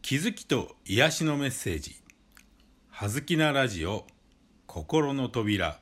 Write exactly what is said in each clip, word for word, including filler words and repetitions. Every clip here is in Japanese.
気づきと癒しのメッセージ、はずきなラジオ心の扉。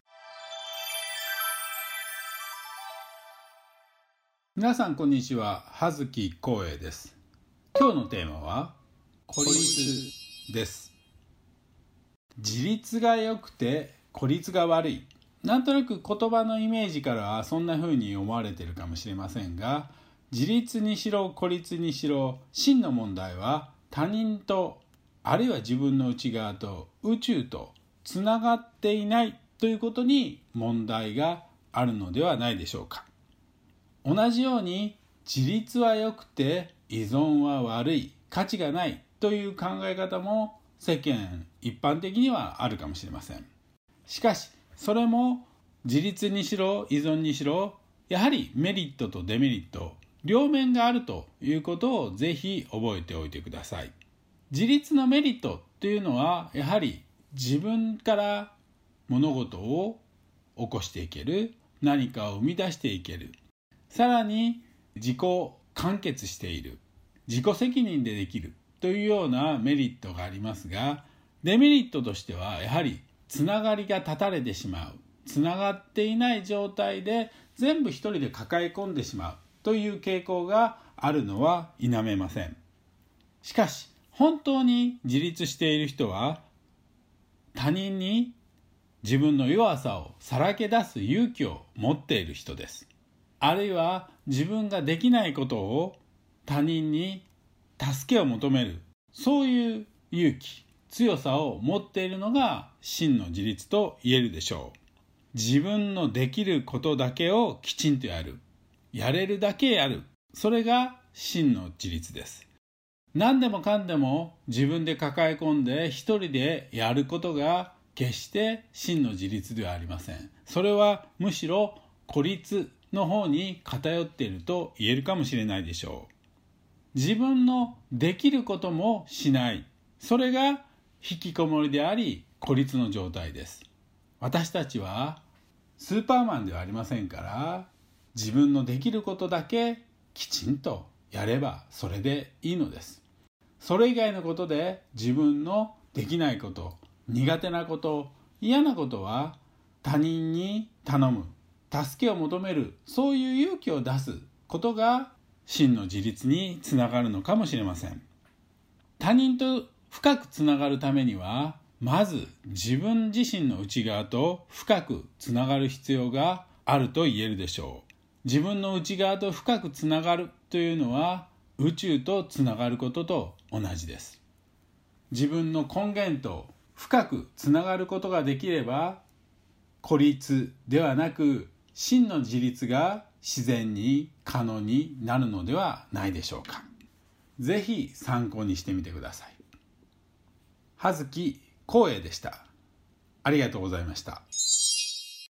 皆さんこんにちは、葉月光栄です。今日のテーマは孤立です。自立が良くて孤立が悪い、なんとなく言葉のイメージからはそんな風に思われているかもしれませんが、自立にしろ孤立にしろ、真の問題は他人と、あるいは自分の内側と宇宙とつながっていないということに問題があるのではないでしょうか。同じように自立は良くて依存は悪い、価値がないという考え方も世間一般的にはあるかもしれません。しかしそれも自立にしろ依存にしろ、やはりメリットとデメリット両面があるということをぜひ覚えておいてください。自立のメリットというのは、やはり自分から物事を起こしていける、何かを生み出していける、さらに自己完結している、自己責任でできるというようなメリットがありますが、デメリットとしてはやはりつながりが断たれてしまう、つながっていない状態で全部一人で抱え込んでしまうという傾向があるのは否めません。しかし本当に自立している人は、他人に自分の弱さをさらけ出す勇気を持っている人です。あるいは自分ができないことを他人に助けを求める、そういう勇気、強さを持っているのが真の自立と言えるでしょう。自分のできることだけをきちんとやる、やれるだけやる、それが真の自立です。何でもかんでも自分で抱え込んで一人でやることが決して真の自立ではありません。それはむしろ孤立の方に偏っていると言えるかもしれないでしょう。自分のできることもしない、それが引きこもりであり孤立の状態です。私たちはスーパーマンではありませんから、自分のできることだけきちんとやればそれでいいのです。それ以外のことで自分のできないこと、苦手なこと、嫌なことは他人に頼む、助けを求める、そういう勇気を出すことが真の自立につながるのかもしれません。他人と深くつながるためには、まず自分自身の内側と深くつながる必要があると言えるでしょう。自分の内側と深くつながるというのは、宇宙とつながることと同じです。自分の根源と深くつながることができれば、孤立ではなく真の自立が自然に可能になるのではないでしょうか。ぜひ参考にしてみてください。葉月光栄でした。ありがとうございました。